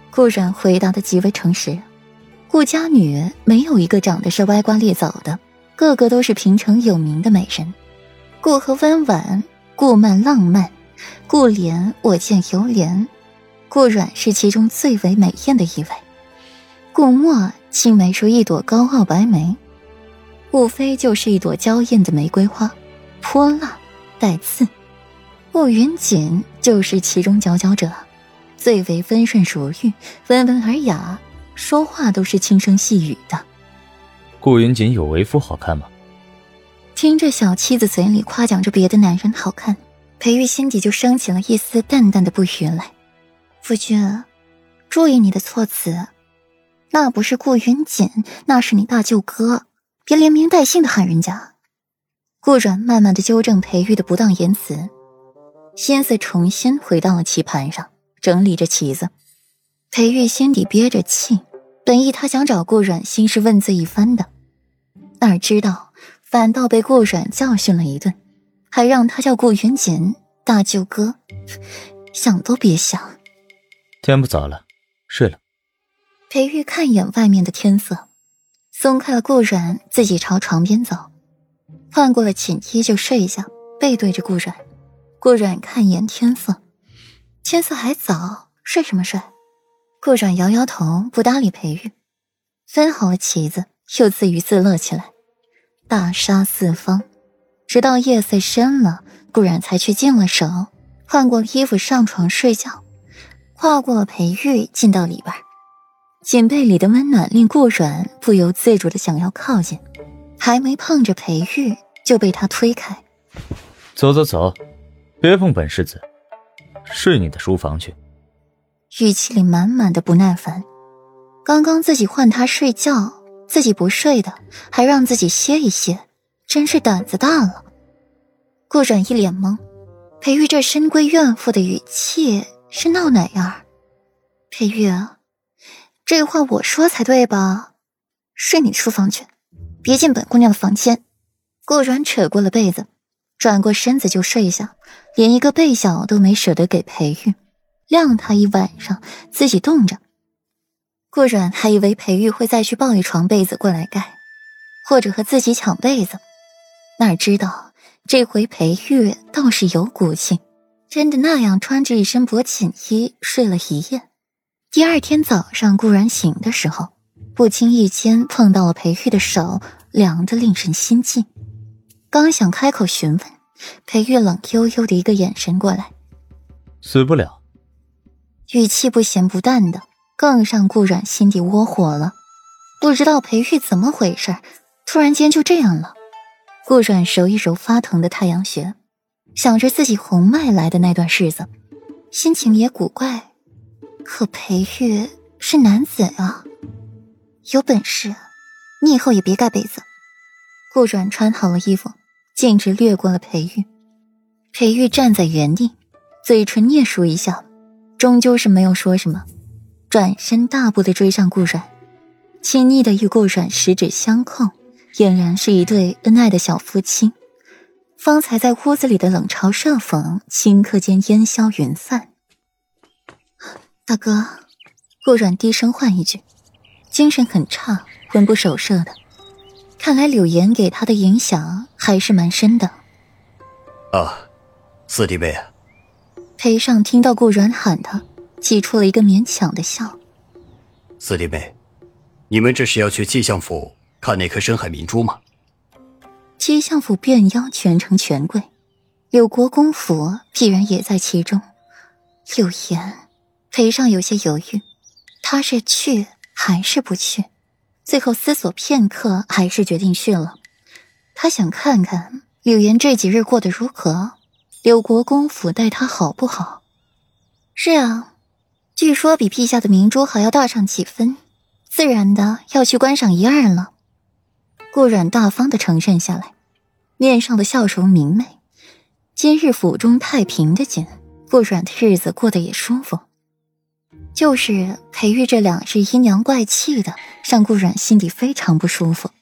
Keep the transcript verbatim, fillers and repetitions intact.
顾阮回答的极为诚实，顾家女没有一个长得是歪瓜裂枣的，个个都是平城有名的美人。顾和温婉，顾曼浪漫，顾怜我见犹怜，顾阮是其中最为美艳的一位。顾墨青梅如一朵高傲白梅，顾飞就是一朵娇艳的玫瑰花，泼辣带刺。顾云锦就是其中佼佼者，最为温润如玉，温文尔雅，说话都是轻声细语的。 顾云锦有为夫好看吗？ 听着小妻子嘴里夸奖着别的男人好看，裴玉心底就升起了一丝淡淡的不愉来。夫君，注意你的措辞，那不是顾云锦，那是你大舅哥，别连名带姓的喊人家。顾阮慢慢的纠正裴玉的不当言辞，心思重新回到了棋盘上，整理着棋子。裴玉心底憋着气，本意他想找顾阮兴师问罪一番的，哪知道反倒被顾阮教训了一顿，还让他叫顾云锦大舅哥，想都别想。 天不早了，睡了。 裴玉看一眼外面的天色，松开了顾阮，自己朝床边走，换过了寝衣就睡下，背对着顾阮。顾阮看一眼天色，天色还早，睡什么睡？顾阮摇摇头，不搭理裴玉，分好了棋子，又自娱自乐起来，大杀四方。直到夜色深了，顾阮才去净了手，换过了衣服上床睡觉，跨过了裴玉进到里边。锦被里的温暖令顾阮不由自主的想要靠近，还没碰着裴玉就被他推开。 走走走，别碰本世子，睡你的书房去。 语气里满满的不耐烦，刚刚自己换他睡觉，自己不睡的，还让自己歇一歇，真是胆子大了。顾阮一脸懵，裴玉这深闺怨妇的语气是闹哪样？裴玉啊，这话我说才对吧？睡你书房去，别进本姑娘的房间。顾阮扯过了被子，转过身子就睡下，连一个被角都没舍得给裴玉，晾他一晚上，自己冻着。顾阮还以为裴玉会再去抱一床被子过来盖，或者和自己抢被子，哪知道这回裴玉倒是有骨气，真的那样穿着一身薄寝衣睡了一夜。第二天早上顾阮醒的时候，不经意间碰到了裴玉的手，凉得令人心悸。刚想开口询问，裴玉冷悠悠的一个眼神过来， 死不了。 语气不咸不淡的，更让顾阮心底窝火了。不知道裴玉怎么回事，突然间就这样了。顾阮揉一揉发疼的太阳穴，想着自己红脉来的那段日子，心情也古怪。可裴玉是男子啊，有本事你以后也别盖被子。顾阮穿好了衣服，径直掠过了裴玉。裴玉站在原地，嘴唇嗫嚅一笑，终究是没有说什么，转身大步地追上顾阮，亲昵地与顾阮十指相扣，俨然是一对恩爱的小夫妻。方才在屋子里的冷嘲热讽，顷刻间烟消云散。大哥，顾阮低声唤一句，精神很差，魂不守舍的，看来柳岩给他的影响还是蛮深的。 啊，四弟妹啊。 裴尚听到顾阮喊他，挤出了一个勉强的笑。 四弟妹，你们这是要去气象府看那颗深海明珠吗？ 气象府便邀全城权贵，柳国公府必然也在其中。柳岩，裴尚有些犹豫，他是去还是不去？最后思索片刻，还是决定去了。他想看看柳岩这几日过得如何，柳国公府待他好不好。是啊，据说比陛下的明珠还要大上几分，自然的要去观赏一二了。顾阮大方地承认下来，面上的笑容明媚。今日府中太平的紧，顾阮的日子过得也舒服。就是裴玉这两日阴阳怪气的，让顾阮心里非常不舒服。